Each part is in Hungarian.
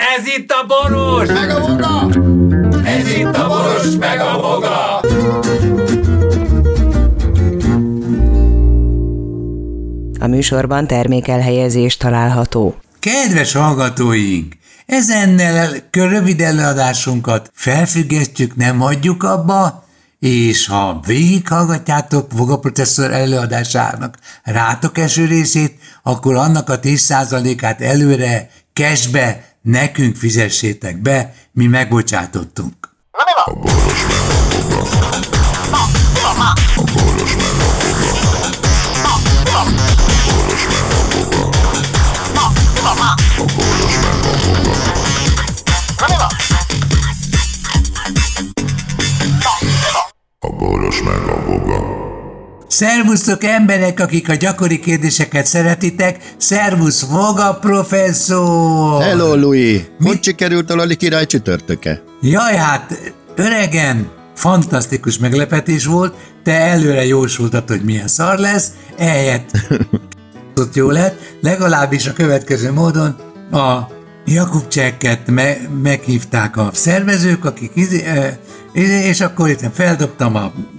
Ez itt a Boros! Meg a Boga! Ez itt a Boros, meg a Boga! A műsorban termékelhelyezés található. Kedves hallgatóink! Ezennel rövid előadásunkat felfüggesztjük, nem hagyjuk abba, és ha végighallgatjátok Voga professzor előadásának rátok eső részét, akkor annak a 10%-át előre cashbe nekünk fizessétek be, mi megbocsátottunk. Na mi van? A Boros meg a Boga. Na, mi van már? A Boros meg a Boga. Na, mi van? A Boros meg a Boga. Na, mi van már? A Boros meg a Boga. Na mi van? Na, mi van? A Boros meg a Boga. Szervusztok emberek, akik a gyakori kérdéseket szeretitek, szervusz Voga professzor! Hello, Louis! Hogy sikerült a Lali király csütörtöke? Jaj, hát öregem, fantasztikus meglepetés volt, te előre jósoltad, hogy milyen szar lesz, ehelyett ott jó lett, legalábbis a következő módon a Jakubcsekket meghívták a szervezők, akik és akkor itt feldobtam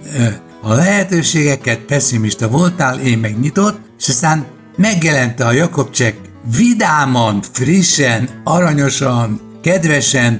a lehetőségeket, pessimista voltál, én megnyitott, és aztán megjelente a Jakubcsek vidáman, frissen, aranyosan, kedvesen,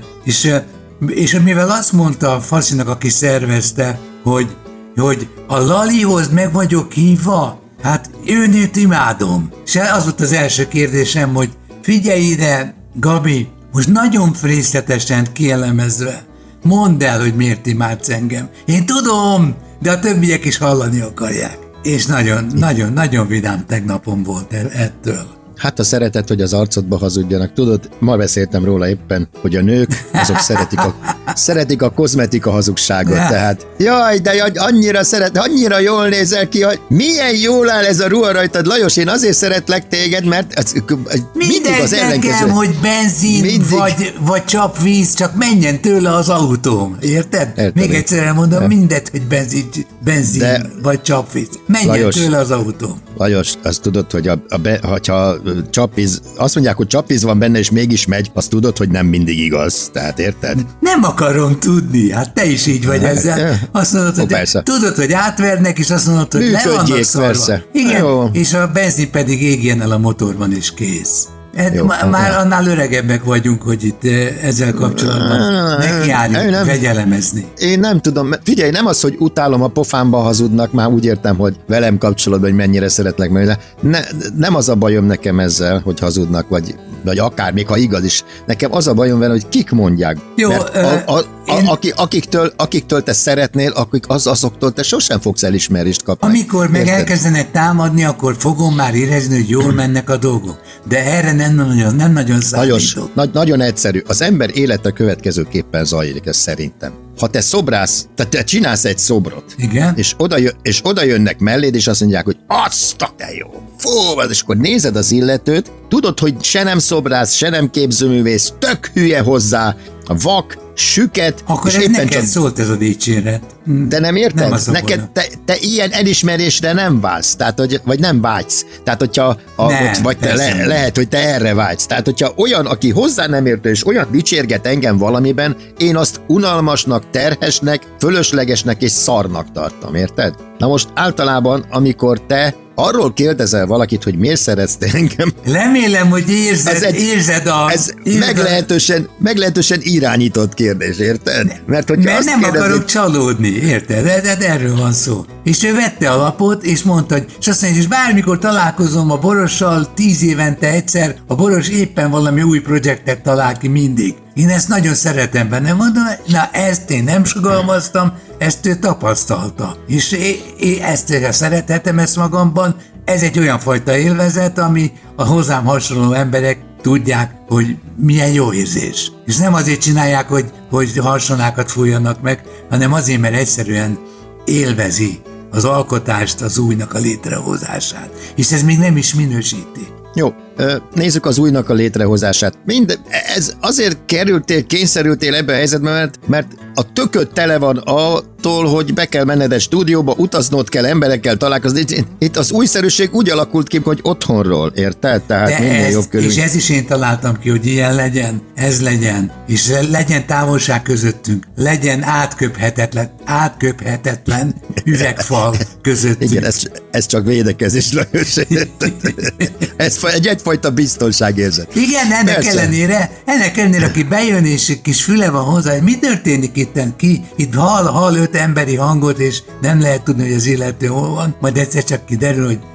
és mivel azt mondta a faszinak, aki szervezte, hogy a Lalihoz meg vagyok hívva, hát őnőt imádom. És az volt az első kérdésem, hogy figyelj ide, Gabi, most nagyon részletesen kielemezve, mondd el, hogy miért imádsz engem. Én tudom, de a többiek is hallani akarják. És nagyon vidám tegnapom volt ettől. Hát a szeretet, hogy az arcodba hazudjanak. Tudod, ma beszéltem róla éppen, hogy a nők, azok szeretik a kozmetika hazugságot, tehát jaj, de annyira jól nézel ki, hogy milyen jól áll ez a ruha rajtad, Lajos, én azért szeretlek téged, mert mindig az ellenkező. Nekem, hogy benzin vagy csapvíz, csak menjen tőle az autóm, érted? Még egyszer mondom, mindegy, hogy benzin vagy csapvíz, menjen Lajos, tőle az autóm. Lajos, azt tudod, hogy ha csapvíz, azt mondják, hogy csapvíz van benne, és mégis megy, azt tudod, hogy nem mindig igaz. Tehát érted? Nem akarom tudni, hát te is így vagy ezzel. Azt mondod, hogy tudod, hogy átvernek, és azt mondod, hogy le vannak szarva. Igen, jó. És a benzin pedig égjen el a motorban, és kész. Már annál öregebbek vagyunk, hogy itt ezzel kapcsolatban nekiálljuk vegyelemezni. Én nem tudom, figyelj, nem az, hogy utálom, a pofámba hazudnak, már úgy értem, hogy velem kapcsolatban, hogy mennyire szeretlek, mert nem az a bajom nekem ezzel, hogy hazudnak, vagy akár, még ha igaz is. Nekem az a bajom vele, hogy kik mondják. Jó, mert akiktől te szeretnél, azoktól te sosem fogsz elismerést kapni. Amikor meg elkezdenek támadni, akkor fogom már érezni, hogy jól mennek a dolgok. De erre nem nagyon számítok. Nagyon egyszerű. Az ember élete következőképpen zajlik, ez szerintem. Ha te szobrász, te csinálsz egy szobrot, igen? És oda jönnek melléd, és azt mondják, hogy azt a te jó, és akkor nézed az illetőt, tudod, hogy se nem szobrász, se nem képzőművész, tök hülye hozzá, vak, süket. Akkor és ez éppen neked szólt ez a dicséret. De nem érted? Nem neked te ilyen elismerésre nem válsz, tehát, vagy nem vágysz. Tehát, hogyha lehet, hogy te erre vágysz. Tehát, hogyha olyan, aki hozzá nem értő, és olyan dicsérget engem valamiben, én azt unalmasnak, terhesnek, fölöslegesnek és szarnak tartom, érted? Na most általában, amikor te arról kérdezel valakit, hogy miért szeretsz te engem. Remélem, hogy érzed Ez meglehetősen irányított kérdés, érted? Mert nem akarok csalódni, érted? De erről van szó. És ő vette a lapot, és mondta, és azt mondja, és bármikor találkozom a Borossal, 10 évente egyszer, a Boros éppen valami új projektet talál ki mindig. Én ezt nagyon szeretem benne, mondom, na ezt én nem sugalmaztam, ezt ő tapasztalta. És én ezt szeretetem ezt magamban, ez egy olyan fajta élvezet, ami a hozzám hasonló emberek tudják, hogy milyen jó érzés. És nem azért csinálják, hogy harsonákat fújjanak meg, hanem azért, mert egyszerűen élvezi az alkotást, az újnak a létrehozását. És ez még nem is minősíti. Jó, nézzük az újnak a létrehozását. Ez azért kényszerültél ebbe a helyzetbe, mert a tököd tele van attól, hogy be kell menned egy stúdióba, utaznod kell, emberekkel találkozni. Itt az újszerűség úgy alakult ki, hogy otthonról, érted? Tehát minden jobb körül. És ez is én találtam ki, hogy ilyen legyen, ez legyen, és legyen távolság közöttünk, legyen átköphetetlen üvegfal közöttünk. Igen, ez csak védekezés, Lajos. Ez egyfajta biztonságérzet. Igen, ennek ellenére, aki bejön és egy kis füle van hozzá, hogy mi történik itt hall 5 emberi hangot, és nem lehet tudni, hogy az illető hol van, majd egyszer csak kiderül, hogy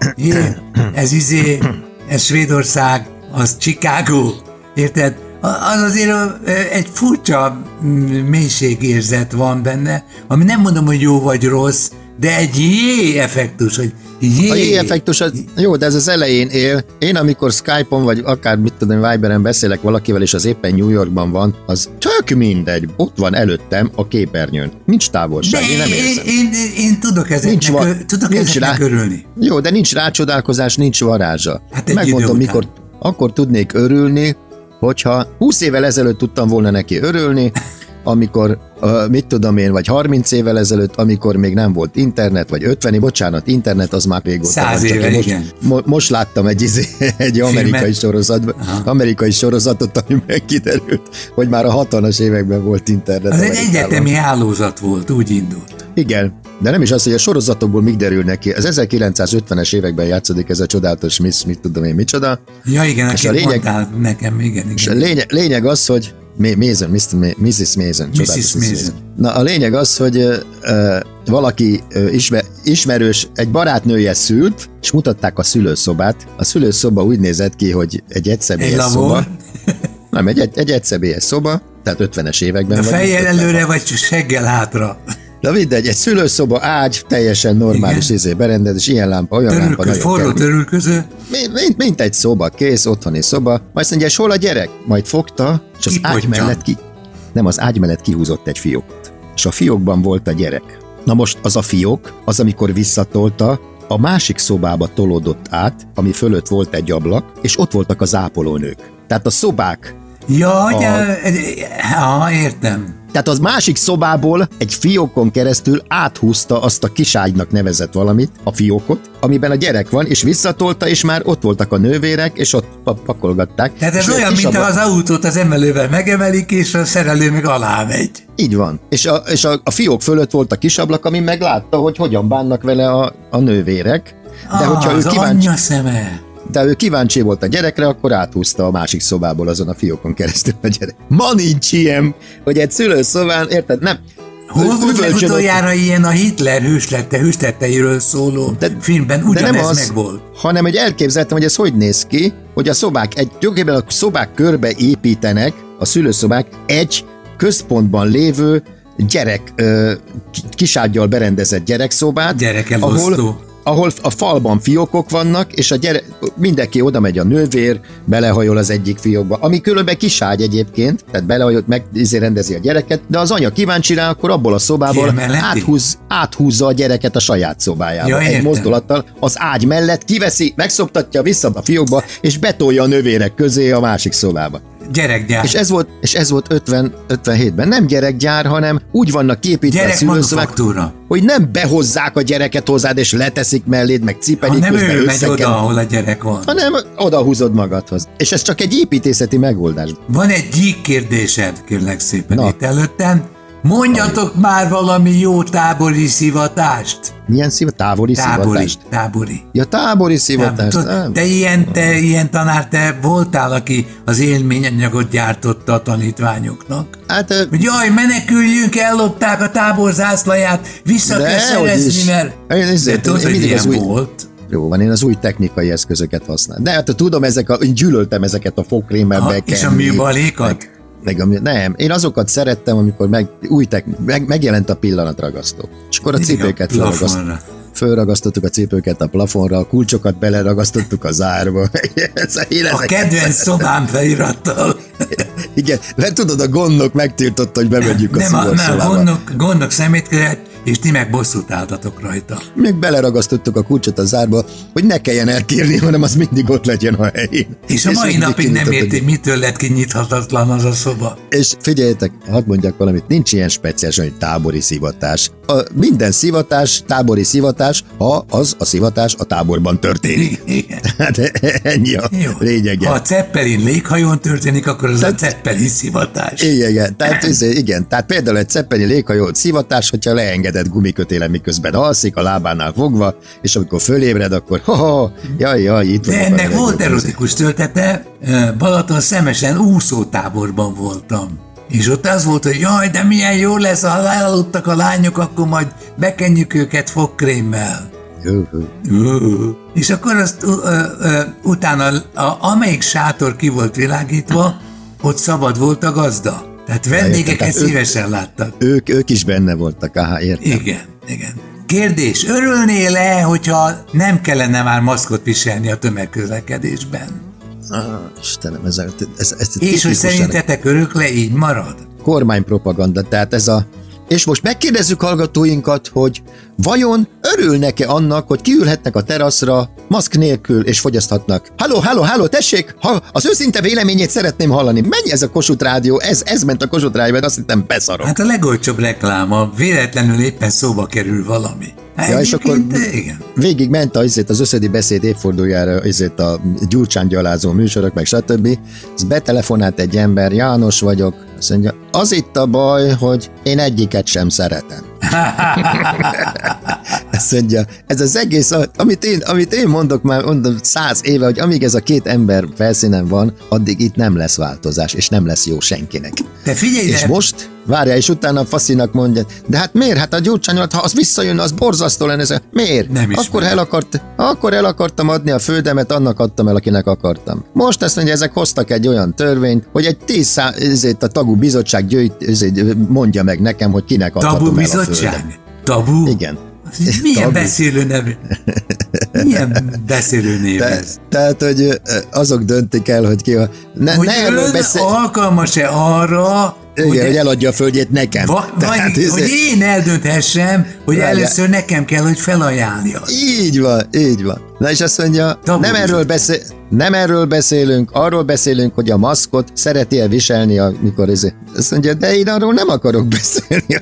ez Svédország, az Chicago, érted? Az azért egy furcsa mélységérzet van benne, ami nem mondom, hogy jó vagy rossz, de egy effektus, hogy a effektus, jó, de ez az elején él. Én amikor Skype-on, vagy akár mit tudom, Viberen beszélek valakivel, és az éppen New Yorkban van, az tök mindegy. Ott van előttem a képernyőn. Nincs távolság, én nem érzem. Én tudok ezeknek örülni. Jó, de nincs rácsodálkozás, nincs varázsa. Hát megmondom, mikor akkor tudnék örülni, hogyha 20 évvel ezelőtt tudtam volna neki örülni, amikor, mit tudom én, vagy 30 évvel ezelőtt, amikor még nem volt internet, vagy 50, bocsánat, internet az már régóta. 100 éve, igen. Most láttam egy amerikai sorozatot, amiben kiderült, hogy már a 60-as években volt internet. Az egy egyetemi hálózat volt, úgy indult. Igen, de nem is az, hogy a sorozatokból még derülnek ki. Az 1950-es években játszódik ez a csodálatos mit tudom én, micsoda. Ja igen, és a lényeg, nekem, igen. És a lényeg az, hogy Mrs. Mason. Na, a lényeg az, hogy valaki ismerős, egy barátnője szült, és mutatták a szülőszobát. A szülőszoba úgy nézett ki, hogy egy egyszemélyes szoba. Nem, egy egyszemélyes szoba, tehát 50-es években. De fejjel előre, vagy seggel hátra? Na mindegy, egy szülőszoba, ágy, teljesen normális berendezés, ilyen lámpa, olyan lámpa. Forró törülköző. Mint egy szoba, kész, otthoni szoba. Majd mondja, és hol a gyerek? Majd fogta, és az ágy mellett kihúzott egy fiókot. És a fiókban volt a gyerek. Na most az a fiók, az amikor visszatolta, a másik szobába tolódott át, ami fölött volt egy ablak, és ott voltak az ápolónők. Tehát a szobák. Értem. Tehát az másik szobából egy fiókon keresztül áthúzta azt a kiságynak nevezett valamit, a fiókot, amiben a gyerek van, és visszatolta, és már ott voltak a nővérek, és ott pakolgatták. Tehát ez olyan, mint az autót az emelővel megemelik, és a szerelő meg alá megy. Így van. És a fiók fölött volt a kis ablak, ami meglátta, hogy hogyan bánnak vele a nővérek. De hogyha ő anyja szeme. De ő kíváncsi volt a gyerekre, akkor áthúzta a másik szobából azon a fiókon keresztül a gyerek. Ma nincs ilyen, hogy egy szülőszobán, érted? Nem. Hol volt legutoljára ilyen a Hitler hősletteiről szóló filmben? Ugyanez meg volt. Hanem, hogy elképzeltem, hogy ez hogy néz ki, hogy a szobák körbe építenek, a szülőszobák egy központban lévő kisággyal berendezett gyerekszobát, ahol a falban fiókok vannak, és mindenki oda megy, a nővér, belehajol az egyik fiókba, ami különben kiságy egyébként, tehát belehajol, rendezi a gyereket, de az anya kíváncsi rá, akkor abból a szobából áthúzza a gyereket a saját szobájába. Egy mozdulattal az ágy mellett kiveszi, megszoptatja vissza a fiókba, és betolja a nővérek közé a másik szobába. Gyerekgyár. És ez volt 57-ben. Nem gyerekgyár, hanem úgy vannak képítve a szülőszobák, hogy nem behozzák a gyereket hozzád, és leteszik melléd, meg cipedik, nem ő megy oda, ahol a gyerek van. Hanem oda húzod magadhoz. És ez csak egy építészeti megoldás. Van egy gyík kérdésed, kérlek szépen itt előttem. Mondjatok már valami jó tábori szivatást. Milyen szivatást? Tábori. Ja, tábori szivatást. Te ilyen tanár, te voltál, aki az élményanyagot gyártotta a tanítványoknak. Hát, jaj, meneküljünk, ellopták a tábor zászlaját, vissza kell szerezni, mert... Volt. Jó van, én az új technikai eszközöket használom. De hát tudom, én gyűlöltem ezeket a fogkrémmel bekenni. És a műbalékat? Nem, én azokat szerettem, amikor megjelent a pillanatragasztó. És akkor a cipőket fölragasztottuk a cipőket a plafonra, a kulcsokat beleragasztottuk a zárba. A kedvenc szobám felirattal. Igen, mert tudod, a gondnok megtiltotta, hogy bemegyük a szobába. Nem, a gondnok szemét kellett, és ti meg bosszút álltatok rajta. Még beleragasztottuk a kulcsot a zárba, hogy ne kelljen elkérni, hanem az mindig ott legyen a helyén. És a mai napig nem érti, mitől lett kinyithatatlan az a szoba. És figyeljetek, hadd mondjak valamit, nincs ilyen speciális, hogy tábori szivatás. Minden szivatás, tábori szivatás, ha az a szivatás a táborban történik. Igen. Hát ennyi a lényege. Ha a Zeppelin léghajón történik, akkor az a Zeppelin szivatás. Igen, tehát például egy Zeppelin léghajó szivatás, hogyha leengedett gumikötéle, miközben alszik, a lábánál fogva, és amikor fölébred, akkor jaj, itt van. De ennek volt erotikus töltete, Balaton Szemesen úszótáborban voltam. És ott az volt, hogy jaj, de milyen jó lesz, ha elaludtak a lányok, akkor majd bekenjük őket fogkrémmel. És akkor azt utána, amelyik sátor ki volt világítva, ott szabad volt a gazda. Tehát vendégeket szívesen láttak. Ők is benne voltak, értem. Igen. Kérdés, örülnél-e, hogyha nem kellene már maszkot viselni a tömegközlekedésben? Istenem, és hogy szerintetek örökre így marad? Kormánypropaganda, tehát ez a... És most megkérdezzük hallgatóinkat, hogy vajon örülnek-e annak, hogy kiülhetnek a teraszra maszk nélkül és fogyaszthatnak. Halló, tessék, az őszinte véleményét szeretném hallani. Menj ez a Kossuth Rádió, ez ment a Kossuth Rádióban, azt hittem beszarok. Hát a legolcsóbb rekláma, véletlenül éppen szóba kerül valami. Ja, és akkor végig ment az összödi beszéd évfordulójára a Gyurcsány gyalázó műsorok, meg stb. Ez betelefonált egy ember, János vagyok, azt mondja, az itt a baj, hogy én egyiket sem szeretem. Azt mondja, ez az egész, amit én mondok már 100 éve, hogy amíg ez a két ember felszínen van, addig itt nem lesz változás, és nem lesz jó senkinek. Te figyelj, és most, várja, és utána a faszinak mondja, de hát miért? Hát a Gyurcsány, ha az visszajönne, az borzasztó lenne. Miért? Akkor el akartam adni a földemet, annak adtam el, akinek akartam. Most azt mondja, ezek hoztak egy olyan törvényt, hogy egy 10 a tagú bizottság mondja meg nekem, hogy kinek adhatom el a földet. Tabu? Igen. Milyen beszélő nevű? Milyen beszélő név ez? Tehát, hogy azok döntik el, hogy ki a... Hogy alkalmas-e arra, hogy eladja a földjét nekem. Hogy én eldönthessem, hogy először nekem kell, hogy felajánlja. Így van. Na és azt mondja, nem erről beszélünk, arról beszélünk, hogy a maszkot szereti-e viselni, amikor azt mondja, de én arról nem akarok beszélni.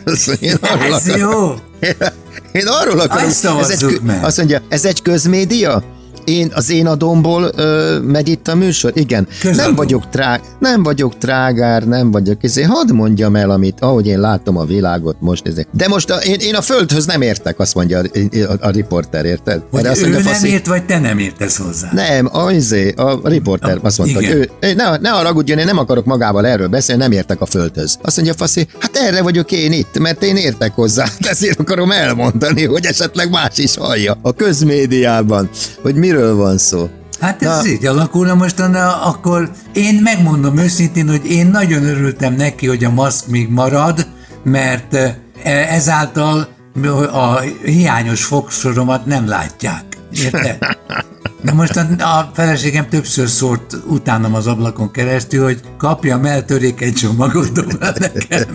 Én arról akarok. Azt mondja, ez egy közmédia? Az én adomból megy itt a műsor? Igen. Nem vagyok trágár, hadd mondjam el, ahogy én látom a világot most. De most én a földhöz nem értek, azt mondja a riporter, érted? Hogy azt mondja, nem ért, vagy te nem értesz hozzá? Nem, a riporter azt mondta, hogy ne haragudjon, én nem akarok magával erről beszélni, nem értek a földhöz. Azt mondja Faszi, hát erre vagyok én itt, mert én értek hozzá, ezért akarom elmondani, hogy esetleg más is hallja a közmédiában, hogy miről van szó. Hát ez így alakulna mostanra, akkor én megmondom őszintén, hogy én nagyon örültem neki, hogy a maszk még marad, mert ezáltal a hiányos fogsoromat nem látják. Érted? De most a feleségem többször szólt utánam az ablakon keresztül, hogy kapjam el törékeny csomagot, dobál nekem.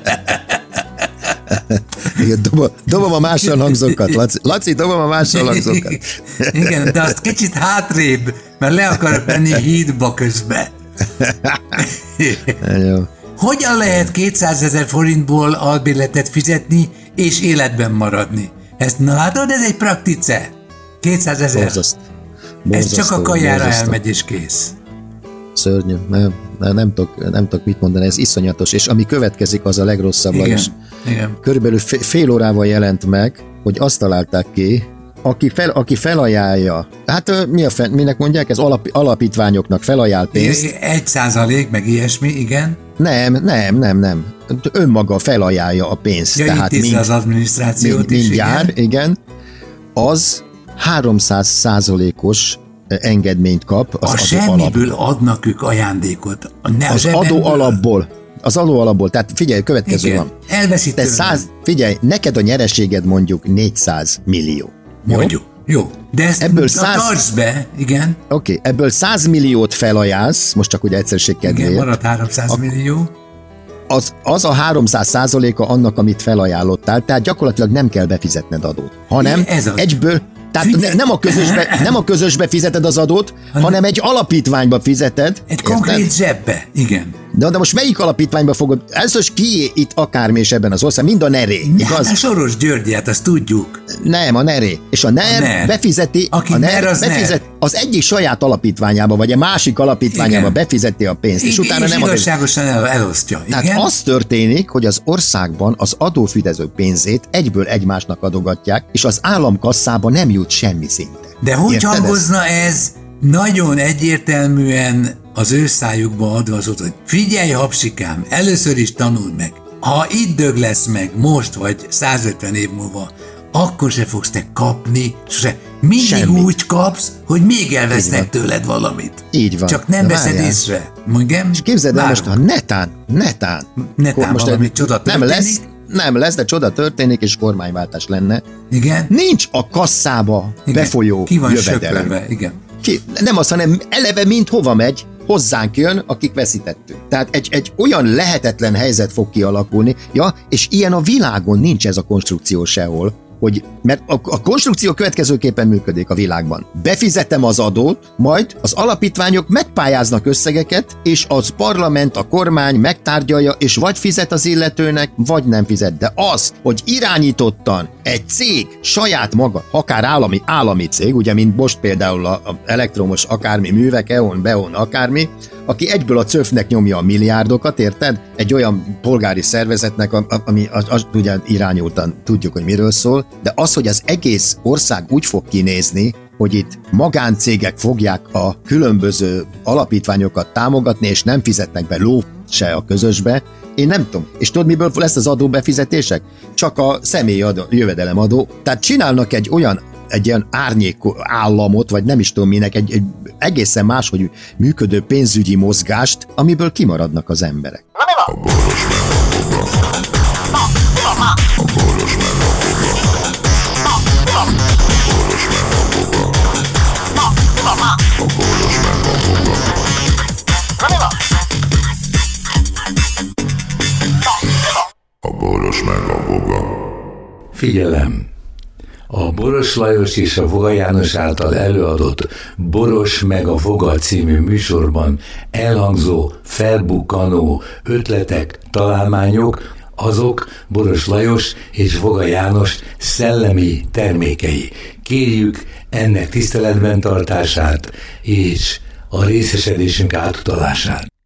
Igen, dobom a mással hangzókat, Laci, dobom a mással hangzókat. Igen, de azt kicsit hátrébb, mert le akarok menni hídba közbe. Jó. Hogyan lehet 200 000 forintból albérletet fizetni és életben maradni? Ezt látod, ez egy praktice. 200 000. Ez csak a kajára elmegy és kész. Szörnyű, nem tudok mit mondani, ez iszonyatos, és ami következik, az a legrosszabb. Igen. Körülbelül fél órával jelent meg, hogy azt találták ki, aki felajánlja, hát minek mondják, ez alapítványoknak felajánl pénzt. 1% meg ilyesmi, igen. Nem. Önmaga felajánlja a pénzt. Ja, tehát az adminisztrációt is, mindjárt, igen. Az 300%-os engedményt kap. A semmiből adnak ők ajándékot. Az adóalapból. Tehát figyelj, következő van. Elveszi figyelj, neked a nyereséged mondjuk 400 millió. Mondjuk. Jó. De ezt ebből tartsd be, igen. Oké, ebből 100 milliót felajánlsz, most csak úgy egyszerűség kedvéért. Igen, marad 300 millió. az a 300%-a annak, amit felajánlottál, tehát gyakorlatilag nem kell befizetned adót, hanem egyből. Tehát nem a közösbe fizeted az adót, hanem egy alapítványba fizeted. Egy konkrét zsebbe, igen. De most melyik alapítványba fogod? Először ki itt akármi és ebben az ország? Mind a NERÉ, igaz? A Soros Györgyet, azt tudjuk. Nem, a NERÉ. És a NER befizeti, aki a NER az NER. Az egyik saját alapítványába, vagy a másik alapítványába befizeti a pénzt, és utána nem igazságosan elosztja. Tehát igen? Az történik, hogy az országban az adófizetők pénzét egyből egymásnak adogatják, és az államkasszában nem jut semmi szinte. De hogy hangozna ez nagyon egyértelműen az ő szájukba adva az hogy figyelj, hapsikám, először is tanuld meg. Ha itt dög lesz meg most, vagy 150 év múlva, akkor se fogsz te kapni, se. Mindig semmit. Úgy kapsz, hogy még elvesznek tőled valamit. Így van. Csak nem veszed észre. Mondjam? És képzeld el most, ha netán most valami csoda történik. Nem lesz, de csoda történik, és kormányváltás lenne. Igen? Nincs a kasszába befolyó ki van jövedelem. Söpörve, igen. Nem az, hanem eleve mint hova megy, hozzánk jön, akik veszítettünk. Tehát egy olyan lehetetlen helyzet fog kialakulni, és ilyen a világon nincs ez a konstrukció sehol, mert a konstrukció következőképpen működik a világban. Befizetem az adót, majd az alapítványok megpályáznak összegeket, és az parlament, a kormány megtárgyalja, és vagy fizet az illetőnek, vagy nem fizet. De az, hogy irányítottan egy cég saját maga, akár állami cég, ugye mint most például a elektromos akármi művek, EON, BEON, akármi, aki egyből a CÖF-nek nyomja a milliárdokat, érted? Egy olyan polgári szervezetnek, ami ugye irányultan tudjuk, hogy miről szól, de az, hogy az egész ország úgy fog kinézni, hogy itt magáncégek fogják a különböző alapítványokat támogatni, és nem fizetnek be se a közösbe, én nem tudom. És tudod, miből lesz az adóbefizetések? Csak a személyi jövedelemadó. Tehát csinálnak egy ilyen árnyék államot, vagy nem is tudom minek, egy egészen máshogy működő pénzügyi mozgást, amiből kimaradnak az emberek. A boros meg a boga. Figyelem! A Boros Lajos és a Voga János által előadott Boros meg a Voga című műsorban elhangzó, felbukkanó ötletek, találmányok, azok Boros Lajos és Voga János szellemi termékei. Kérjük ennek tiszteletben tartását és a részesedésünk átutalását.